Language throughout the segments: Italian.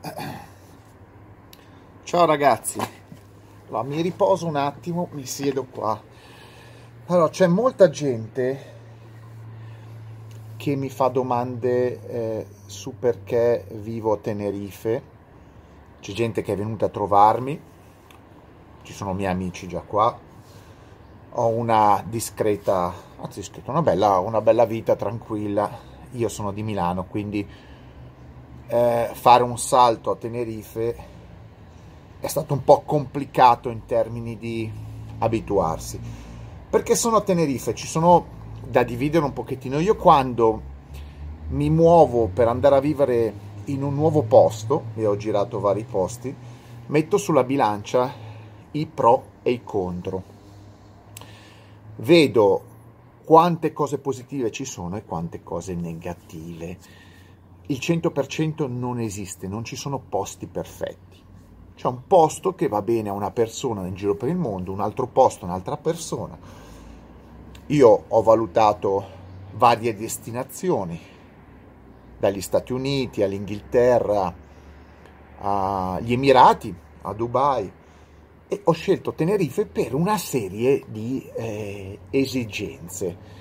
Ciao ragazzi, allora, mi riposo un attimo, mi siedo qua. Allora, c'è molta gente che mi fa domande su perché vivo a Tenerife. C'è gente che è venuta a trovarmi, ci sono miei amici già qua. Ho una discreta, anzi discreta, una bella vita tranquilla. Io sono di Milano, quindi fare un salto a Tenerife è stato un po' complicato in termini di abituarsi. Perché sono a Tenerife, ci sono da dividere un pochettino. Io quando mi muovo per andare a vivere in un nuovo posto, e ho girato vari posti, metto sulla bilancia i pro e i contro. Vedo quante cose positive ci sono e quante cose negative. Il 100% non esiste, non ci sono posti perfetti. C'è un posto che va bene a una persona in giro per il mondo, un altro posto a un'altra persona. Io ho valutato varie destinazioni, dagli Stati Uniti all'Inghilterra, agli Emirati, a Dubai, e ho scelto Tenerife per una serie di esigenze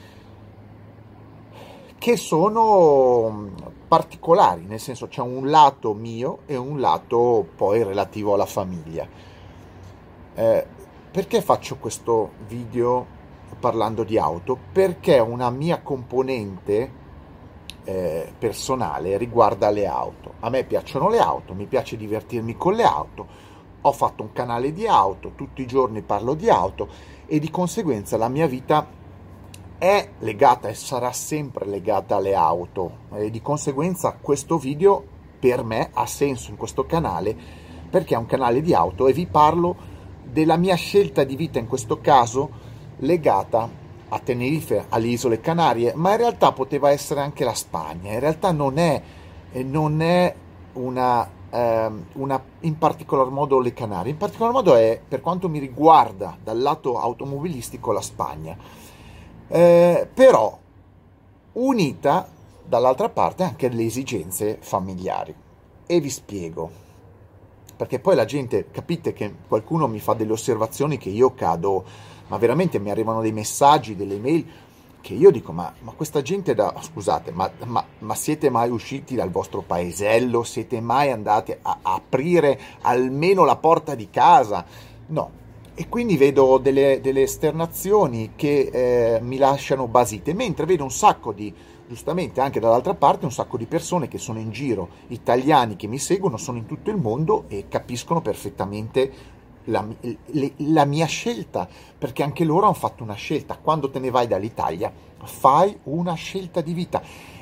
che sono particolari, nel senso c'è un lato mio e un lato poi relativo alla famiglia. Eh, perché faccio questo video parlando di auto? Perché una mia componente personale riguarda le auto. A me piacciono le auto, mi piace divertirmi con le auto, ho fatto un canale di auto, tutti i giorni parlo di auto e di conseguenza la mia vita è legata e sarà sempre legata alle auto e di conseguenza questo video per me ha senso in questo canale perché è un canale di auto e vi parlo della mia scelta di vita in questo caso legata a Tenerife, alle Isole Canarie, ma in realtà poteva essere anche la Spagna. In realtà non è una in particolar modo le Canarie, in particolar modo è, per quanto mi riguarda dal lato automobilistico, la Spagna. Però unita dall'altra parte anche le esigenze familiari. E vi spiego, perché poi la gente, capite che qualcuno mi fa delle osservazioni che io cado, ma veramente mi arrivano dei messaggi, delle mail, che io dico, ma questa gente scusate, ma siete mai usciti dal vostro paesello? Siete mai andati a aprire almeno la porta di casa? No. E quindi vedo delle esternazioni che mi lasciano basite, mentre vedo un sacco di, giustamente anche dall'altra parte, un sacco di persone che sono in giro, italiani che mi seguono, sono in tutto il mondo e capiscono perfettamente la mia scelta, perché anche loro hanno fatto una scelta. Quando te ne vai dall'Italia, fai una scelta di vita.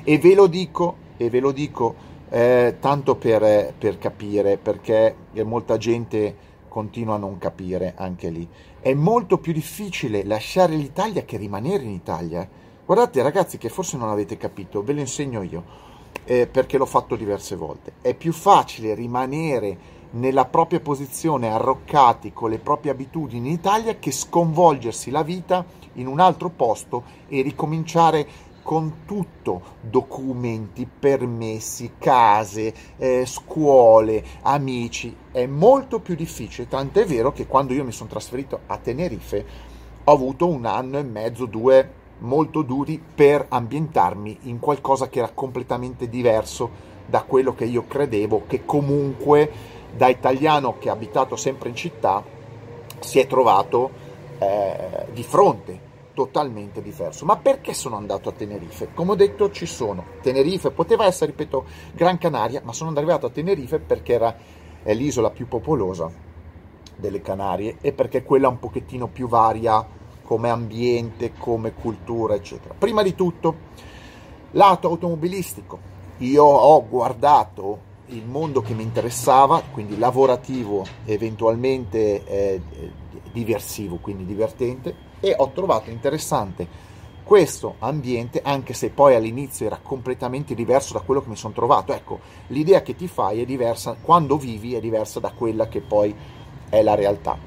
E ve lo dico, tanto per capire, perché molta gente continua a non capire anche lì. È molto più difficile lasciare l'Italia che rimanere in Italia. Guardate ragazzi che forse non avete capito, ve lo insegno io, perché l'ho fatto diverse volte. È più facile rimanere nella propria posizione arroccati con le proprie abitudini in Italia che sconvolgersi la vita in un altro posto e ricominciare con tutto, documenti, permessi, case, scuole, amici. È molto più difficile, tant'è vero che quando io mi sono trasferito a Tenerife ho avuto 1 anno e mezzo, 2 molto duri per ambientarmi in qualcosa che era completamente diverso da quello che io credevo, che comunque da italiano che ha abitato sempre in città si è trovato di fronte, totalmente diverso. Ma perché sono andato a Tenerife? Come ho detto, ci sono Tenerife, poteva essere, ripeto, Gran Canaria, ma sono arrivato a Tenerife perché è l'isola più popolosa delle Canarie e perché quella un pochettino più varia come ambiente, come cultura, eccetera. Prima di tutto, lato automobilistico. Io ho guardato il mondo che mi interessava, quindi lavorativo, eventualmente diversivo, quindi divertente, e ho trovato interessante questo ambiente, anche se poi all'inizio era completamente diverso da quello che mi sono trovato. Ecco, l'idea che ti fai è diversa, quando vivi è diversa da quella che poi è la realtà.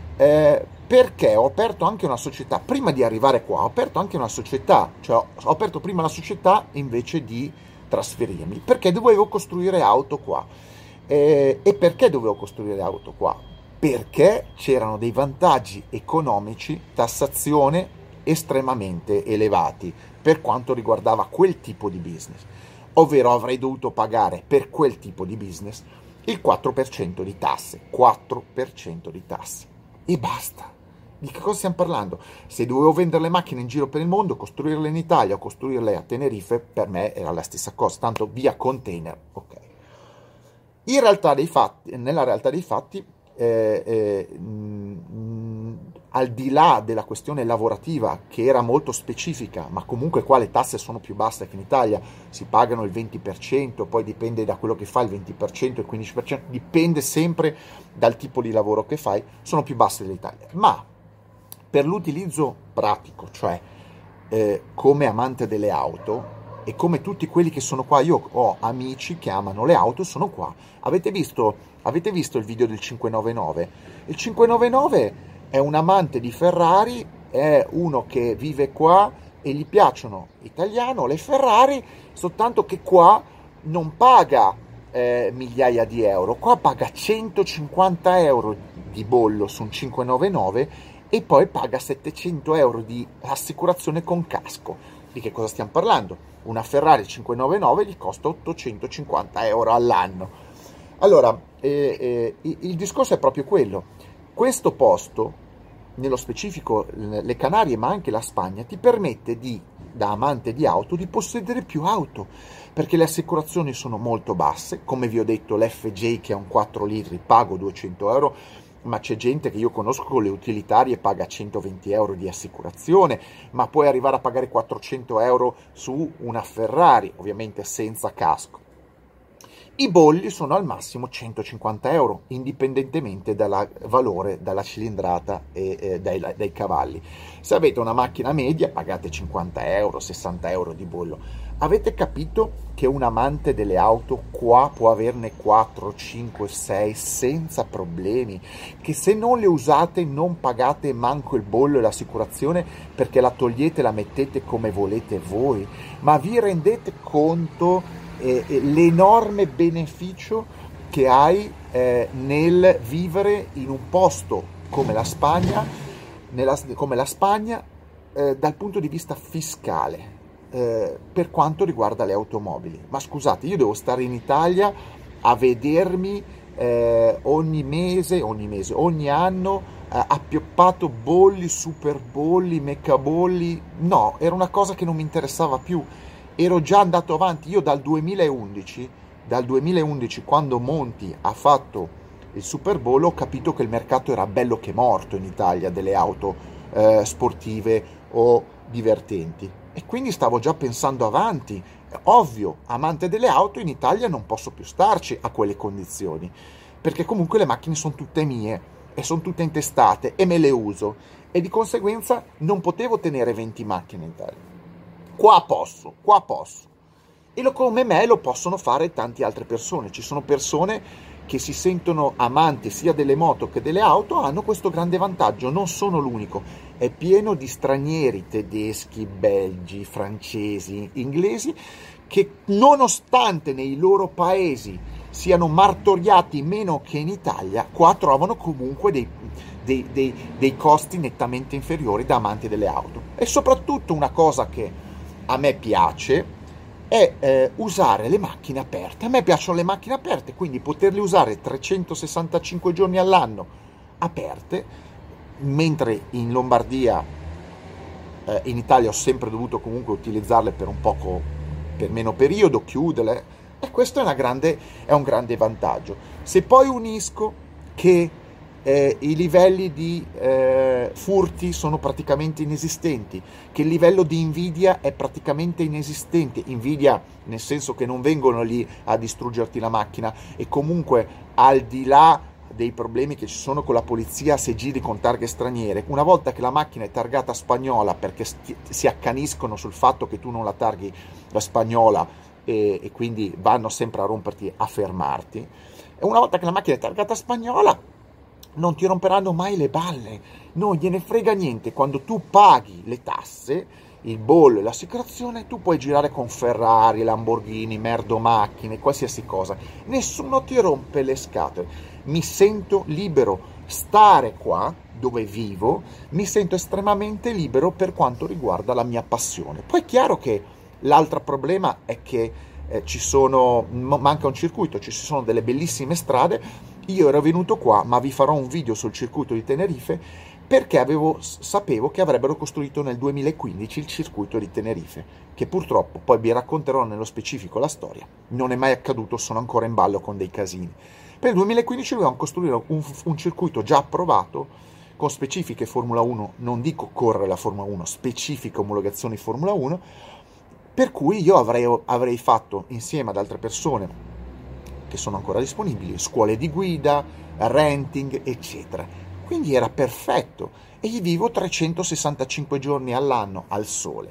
Perché ho aperto anche una società, prima di arrivare qua, ho aperto anche una società, cioè ho aperto prima la società invece di trasferirmi, perché dovevo costruire auto qua. E perché dovevo costruire le auto qua? Perché c'erano dei vantaggi economici, tassazione estremamente elevati per quanto riguardava quel tipo di business, ovvero avrei dovuto pagare per quel tipo di business il 4% di tasse, 4% di tasse e basta. Di che cosa stiamo parlando? Se dovevo vendere le macchine in giro per il mondo, costruirle in Italia o costruirle a Tenerife, per me era la stessa cosa, tanto via container, ok. In realtà dei fatti, nella realtà dei fatti, al di là della questione lavorativa, che era molto specifica, ma comunque qua le tasse sono più basse che in Italia, si pagano il 20%, poi dipende da quello che fai, il 20%, il 15%, dipende sempre dal tipo di lavoro che fai, sono più basse dell'Italia. Ma per l'utilizzo pratico, cioè come amante delle auto, e come tutti quelli che sono qua, io ho amici che amano le auto, sono qua. Avete visto il video del 599? Il 599 è un amante di Ferrari, è uno che vive qua e gli piacciono italiano le Ferrari, soltanto che qua non paga migliaia di euro, qua paga 150 euro di bollo su un 599 e poi paga 700 euro di assicurazione con casco. Di che cosa stiamo parlando? Una Ferrari 599 gli costa 850 euro all'anno. Allora, il discorso è proprio quello. Questo posto, nello specifico le Canarie, ma anche la Spagna, ti permette da amante di auto, di possedere più auto, perché le assicurazioni sono molto basse. Come vi ho detto, l'FJ che ha un 4 litri pago 200 euro, ma c'è gente che io conosco con le utilitarie paga 120 euro di assicurazione, ma puoi arrivare a pagare 400 euro su una Ferrari, ovviamente senza casco. I bolli sono al massimo 150 euro, indipendentemente dal valore, dalla cilindrata e dai cavalli. Se avete una macchina media pagate 50 euro, 60 euro di bollo. Avete capito che un amante delle auto qua può averne 4, 5, 6 senza problemi? Che se non le usate non pagate manco il bollo e l'assicurazione perché la togliete e la mettete come volete voi? Ma vi rendete conto l'enorme beneficio che hai nel vivere in un posto come la Spagna, dal punto di vista fiscale, per quanto riguarda le automobili? Ma scusate, io devo stare in Italia a vedermi ogni anno appioppato bolli, super bolli, meca bolli? No, era una cosa che non mi interessava più. Ero già andato avanti, io dal 2011, quando Monti ha fatto il Super Bowl, ho capito che il mercato era bello che morto in Italia delle auto sportive o divertenti, e quindi stavo già pensando avanti. Ovvio, amante delle auto, in Italia non posso più starci a quelle condizioni, perché comunque le macchine sono tutte mie e sono tutte intestate e me le uso, e di conseguenza non potevo tenere 20 macchine in Italia. Qua posso. E come me lo possono fare tante altre persone. Ci sono persone che si sentono amanti sia delle moto che delle auto, hanno questo grande vantaggio. Non sono l'unico. È pieno di stranieri, tedeschi, belgi, francesi, inglesi, che nonostante nei loro paesi siano martoriati meno che in Italia, qua trovano comunque dei costi nettamente inferiori da amanti delle auto. E soprattutto una cosa che a me piace è usare le macchine aperte. A me piacciono le macchine aperte, quindi poterle usare 365 giorni all'anno aperte, mentre in Lombardia, in Italia ho sempre dovuto comunque utilizzarle per per meno periodo, chiuderle, e questo è un grande vantaggio. Se poi unisco che i livelli di furti sono praticamente inesistenti, che il livello di invidia è praticamente inesistente, invidia nel senso che non vengono lì a distruggerti la macchina, e comunque al di là dei problemi che ci sono con la polizia se giri con targhe straniere, una volta che la macchina è targata spagnola, perché si accaniscono sul fatto che tu non la targhi la spagnola e quindi vanno sempre a romperti, a fermarti, e una volta che la macchina è targata spagnola non ti romperanno mai le balle, non gliene frega niente. Quando tu paghi le tasse il bollo e l'assicurazione, tu puoi girare con Ferrari, Lamborghini, merdo macchine, qualsiasi cosa. Nessuno ti rompe le scatole. Mi sento libero. Stare qua, dove vivo, mi sento estremamente libero per quanto riguarda la mia passione. Poi è chiaro che l'altro problema è che manca un circuito, ci sono delle bellissime strade. Io ero venuto qua, ma vi farò un video sul circuito di Tenerife, perché sapevo che avrebbero costruito nel 2015 il circuito di Tenerife, che purtroppo, poi vi racconterò nello specifico la storia, non è mai accaduto, sono ancora in ballo con dei casini. Per il 2015 dovevano costruire un circuito già approvato, con specifiche Formula 1, non dico corre la Formula 1, specifiche omologazioni Formula 1, per cui io avrei fatto, insieme ad altre persone che sono ancora disponibili, scuole di guida, renting, eccetera. Quindi era perfetto e gli vivo 365 giorni all'anno al sole,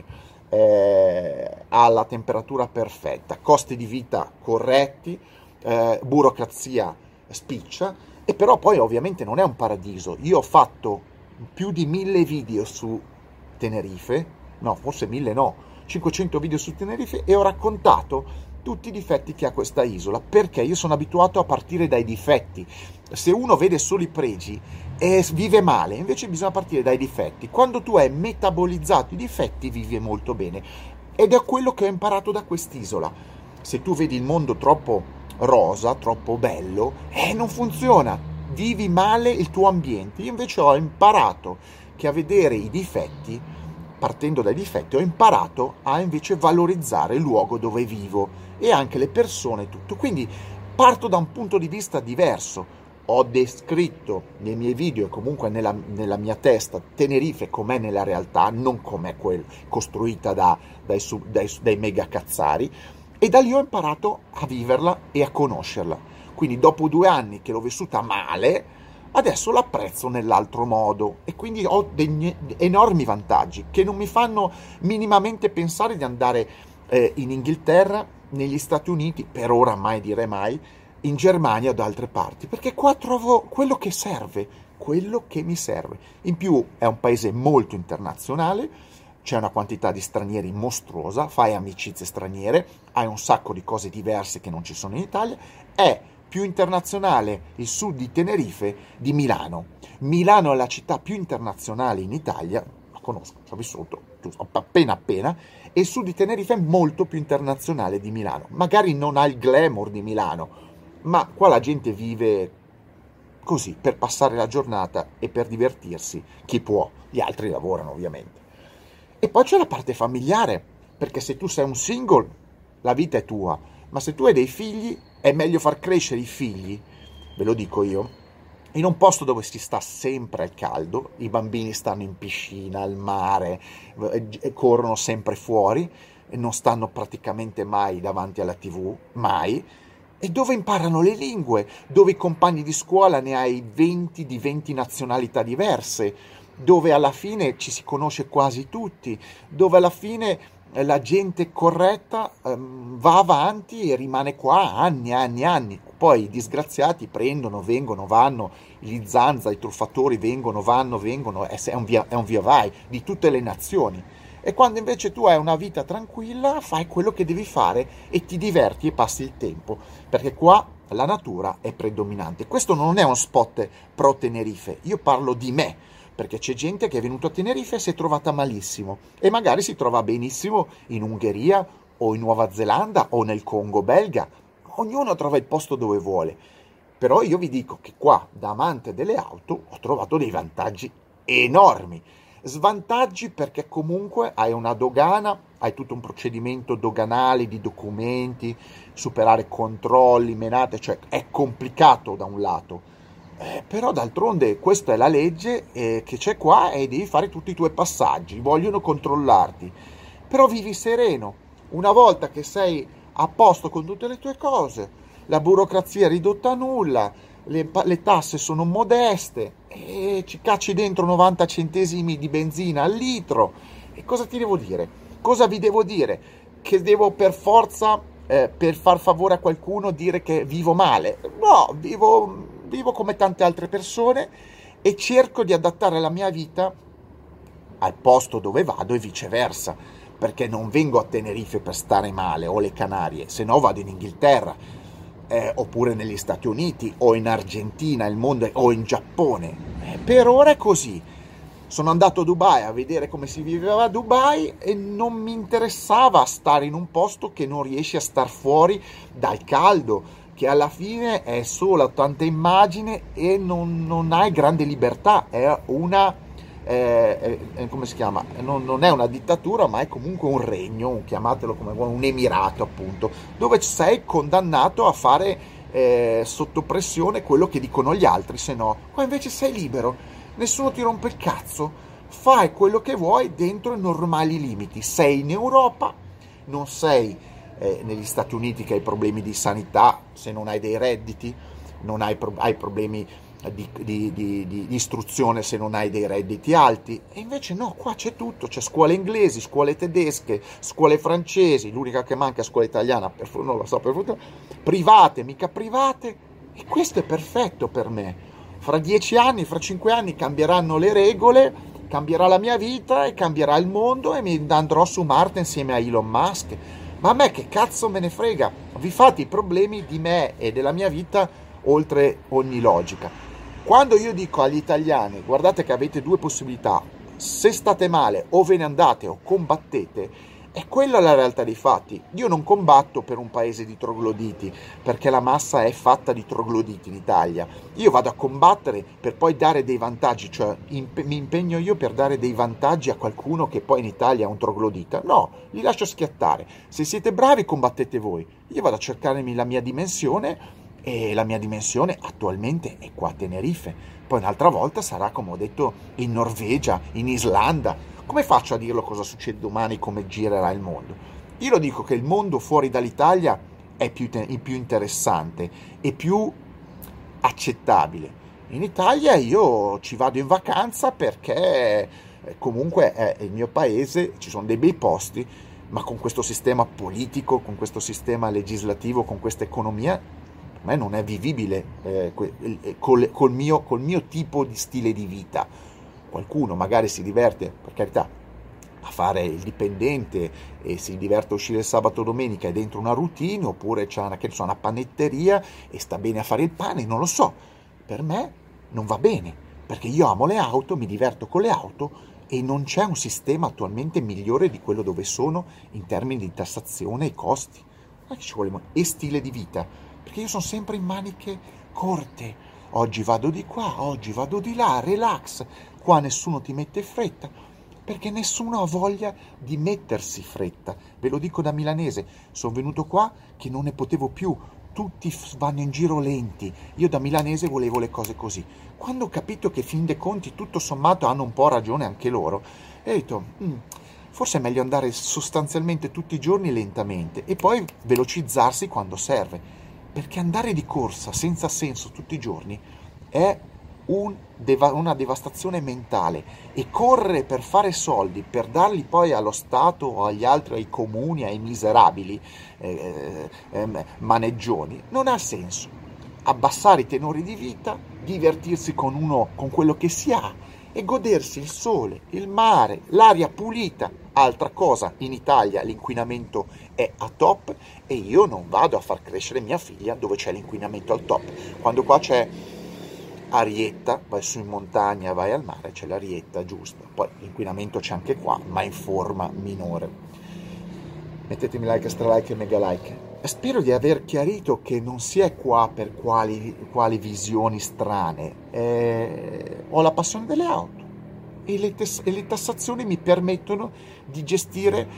alla temperatura perfetta, costi di vita corretti, burocrazia spiccia, e però poi ovviamente non è un paradiso. Io ho fatto più di 1000 video su Tenerife, no, forse 1000 no, 500 video su Tenerife, e ho raccontato tutti i difetti che ha questa isola, perché io sono abituato a partire dai difetti. Se uno vede solo i pregi e vive male, invece bisogna partire dai difetti. Quando tu hai metabolizzato i difetti, vivi molto bene. Ed è quello che ho imparato da quest'isola. Se tu vedi il mondo troppo rosa, troppo bello, non funziona. Vivi male il tuo ambiente. Io invece ho imparato che a vedere i difetti, partendo dai difetti, ho imparato a invece valorizzare il luogo dove vivo e anche le persone, tutto. Quindi parto da un punto di vista diverso. Ho descritto nei miei video e comunque nella mia testa Tenerife com'è nella realtà, non com'è costruita dai mega cazzari, e da lì ho imparato a viverla e a conoscerla. Quindi dopo 2 anni che l'ho vissuta male, adesso l'apprezzo nell'altro modo, e quindi ho degli enormi vantaggi che non mi fanno minimamente pensare di andare in Inghilterra, negli Stati Uniti, per ora mai dire mai, in Germania o da altre parti, perché qua trovo quello che serve, quello che mi serve. In più è un paese molto internazionale, c'è una quantità di stranieri mostruosa, fai amicizie straniere, hai un sacco di cose diverse che non ci sono in Italia. È più internazionale il sud di Tenerife di Milano. Milano è la città più internazionale in Italia, la conosco, ci ho vissuto appena, e il sud di Tenerife è molto più internazionale di Milano. Magari non ha il glamour di Milano, ma qua la gente vive così, per passare la giornata e per divertirsi, chi può, gli altri lavorano ovviamente. E poi c'è la parte familiare, perché se tu sei un single, la vita è tua, ma se tu hai dei figli, è meglio far crescere i figli, ve lo dico io, in un posto dove si sta sempre al caldo, i bambini stanno in piscina, al mare, corrono sempre fuori, e non stanno praticamente mai davanti alla TV, mai, e dove imparano le lingue, dove i compagni di scuola ne hai 20 di 20 nazionalità diverse, dove alla fine ci si conosce quasi tutti, dove alla fine la gente corretta va avanti e rimane qua anni, anni, anni. Poi i disgraziati prendono, vengono, vanno, gli zanza, i truffatori vengono, vanno, vengono, è un via vai di tutte le nazioni. E quando invece tu hai una vita tranquilla, fai quello che devi fare e ti diverti e passi il tempo, perché qua la natura è predominante. Questo non è uno spot pro Tenerife, io parlo di me, perché c'è gente che è venuta a Tenerife e si è trovata malissimo, e magari si trova benissimo in Ungheria o in Nuova Zelanda o nel Congo belga. Ognuno trova il posto dove vuole. Però io vi dico che qua, da amante delle auto, ho trovato dei vantaggi enormi. Svantaggi perché comunque hai una dogana, hai tutto un procedimento doganale di documenti, superare controlli, menate, cioè è complicato da un lato, però d'altronde questa è la legge che c'è qua, e devi fare tutti i tuoi passaggi, vogliono controllarti, però vivi sereno, una volta che sei a posto con tutte le tue cose, la burocrazia è ridotta a nulla, le tasse sono modeste e ci cacci dentro 90 centesimi di benzina al litro. E cosa ti devo dire? Cosa vi devo dire? Che devo per forza, per far favore a qualcuno, dire che vivo male? No, vivo come tante altre persone e cerco di adattare la mia vita al posto dove vado e viceversa, perché non vengo a Tenerife per stare male o le Canarie, se no vado in Inghilterra, oppure negli Stati Uniti o in Argentina, o in Giappone. Per ora è così. Sono andato a Dubai a vedere come si viveva a Dubai e non mi interessava stare in un posto che non riesci a star fuori dal caldo, che alla fine è solo tanta immagine e non hai grande libertà, è una come si chiama? Non è una dittatura, ma è comunque un regno, chiamatelo come vuoi, un emirato appunto, dove sei condannato a fare sotto pressione quello che dicono gli altri, se no, qua invece sei libero, nessuno ti rompe il cazzo, fai quello che vuoi dentro i normali limiti, sei in Europa, non sei negli Stati Uniti che hai problemi di sanità se non hai dei redditi, non hai problemi di istruzione se non hai dei redditi alti, e invece no, qua c'è tutto, c'è scuole inglesi, scuole tedesche, scuole francesi, l'unica che manca è scuola italiana, non lo so, per fortuna, private, mica private, e questo è perfetto per me. Fra 10 anni, fra 5 anni cambieranno le regole, cambierà la mia vita e cambierà il mondo e mi andrò su Marte insieme a Elon Musk. Ma a me che cazzo me ne frega? Vi fate i problemi di me e della mia vita oltre ogni logica. Quando io dico agli italiani, guardate che avete due possibilità, se state male o ve ne andate o combattete, è quella la realtà dei fatti. Io non combatto per un paese di trogloditi, perché la massa è fatta di trogloditi in Italia. Io vado a combattere per poi dare dei vantaggi, cioè mi impegno io per dare dei vantaggi a qualcuno che poi in Italia è un troglodita. No, li lascio schiattare. Se siete bravi combattete voi. Io vado a cercarmi la mia dimensione, e la mia dimensione attualmente è qua a Tenerife. Poi un'altra volta sarà, come ho detto, in Norvegia, in Islanda. Come faccio a dirlo cosa succede domani, come girerà il mondo? Io lo dico che il mondo fuori dall'Italia è più interessante e più accettabile. In Italia io ci vado in vacanza perché comunque è il mio paese, ci sono dei bei posti, ma con questo sistema politico, con questo sistema legislativo, con questa economia, per me non è vivibile col mio tipo di stile di vita. Qualcuno magari si diverte, per carità, a fare il dipendente e si diverte a uscire il sabato o domenica, è dentro una routine, oppure c'è una panetteria e sta bene a fare il pane, non lo so. Per me non va bene, perché io amo le auto, mi diverto con le auto e non c'è un sistema attualmente migliore di quello dove sono in termini di tassazione e costi. Non è che ci vuole e stile di vita, perché io sono sempre in maniche corte. Oggi vado di qua, oggi vado di là, relax. Qua nessuno ti mette fretta, perché nessuno ha voglia di mettersi fretta. Ve lo dico da milanese, sono venuto qua che non ne potevo più. Tutti vanno in giro lenti. Io da milanese volevo le cose così. Quando ho capito che fin dei conti tutto sommato hanno un po' ragione anche loro, ho detto, forse è meglio andare sostanzialmente tutti i giorni lentamente e poi velocizzarsi quando serve, perché andare di corsa senza senso tutti i giorni è una devastazione mentale, e correre per fare soldi, per darli poi allo Stato o agli altri, ai comuni, ai miserabili maneggioni, non ha senso. Abbassare i tenori di vita, divertirsi con quello che si ha e godersi il sole, il mare, l'aria pulita. Altra cosa, in Italia l'inquinamento è a top e io non vado a far crescere mia figlia dove c'è l'inquinamento al top. Quando qua c'è arietta, vai su in montagna, vai al mare, c'è l'arietta giusta. Poi l'inquinamento c'è anche qua, ma in forma minore. Mettetemi like, stralike e mega like. Spero di aver chiarito che non si è qua per quali visioni strane. Ho la passione delle auto e le tassazioni mi permettono di gestire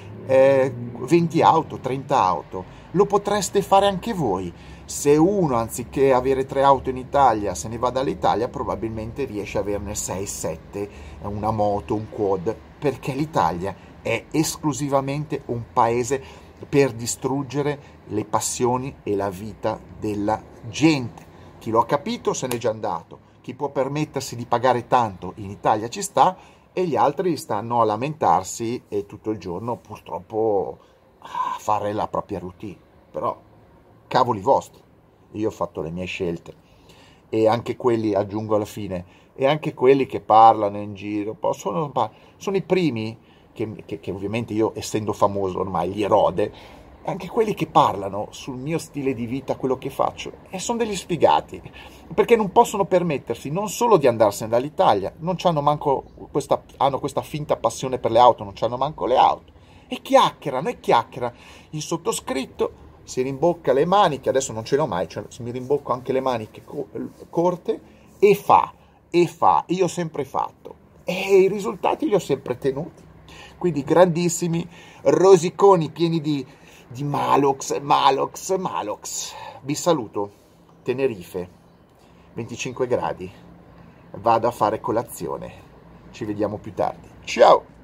20 auto, 30 auto. Lo potreste fare anche voi. Se uno, anziché avere 3 auto in Italia, se ne va dall'Italia, probabilmente riesce a averne 6-7, una moto, un quad, perché l'Italia è esclusivamente un paese per distruggere le passioni e la vita della gente. Chi lo ha capito se n'è già andato. Chi può permettersi di pagare tanto in Italia ci sta, e gli altri stanno a lamentarsi e tutto il giorno purtroppo a fare la propria routine. Però cavoli vostri, io ho fatto le mie scelte e anche quelli, aggiungo alla fine, e anche quelli che parlano in giro, sono i primi che ovviamente io, essendo famoso ormai, gli erode, anche quelli che parlano sul mio stile di vita, quello che faccio, e sono degli sfigati, perché non possono permettersi non solo di andarsene dall'Italia, non c'hanno manco hanno questa finta passione per le auto, non c'hanno manco le auto, e chiacchierano e chiacchierano. Il sottoscritto si rimbocca le maniche, adesso non ce l'ho mai, cioè mi rimbocco anche le maniche corte, io ho sempre fatto, e i risultati li ho sempre tenuti. Quindi grandissimi, rosiconi pieni di Malox. Vi saluto, Tenerife, 25 gradi, vado a fare colazione, ci vediamo più tardi, ciao!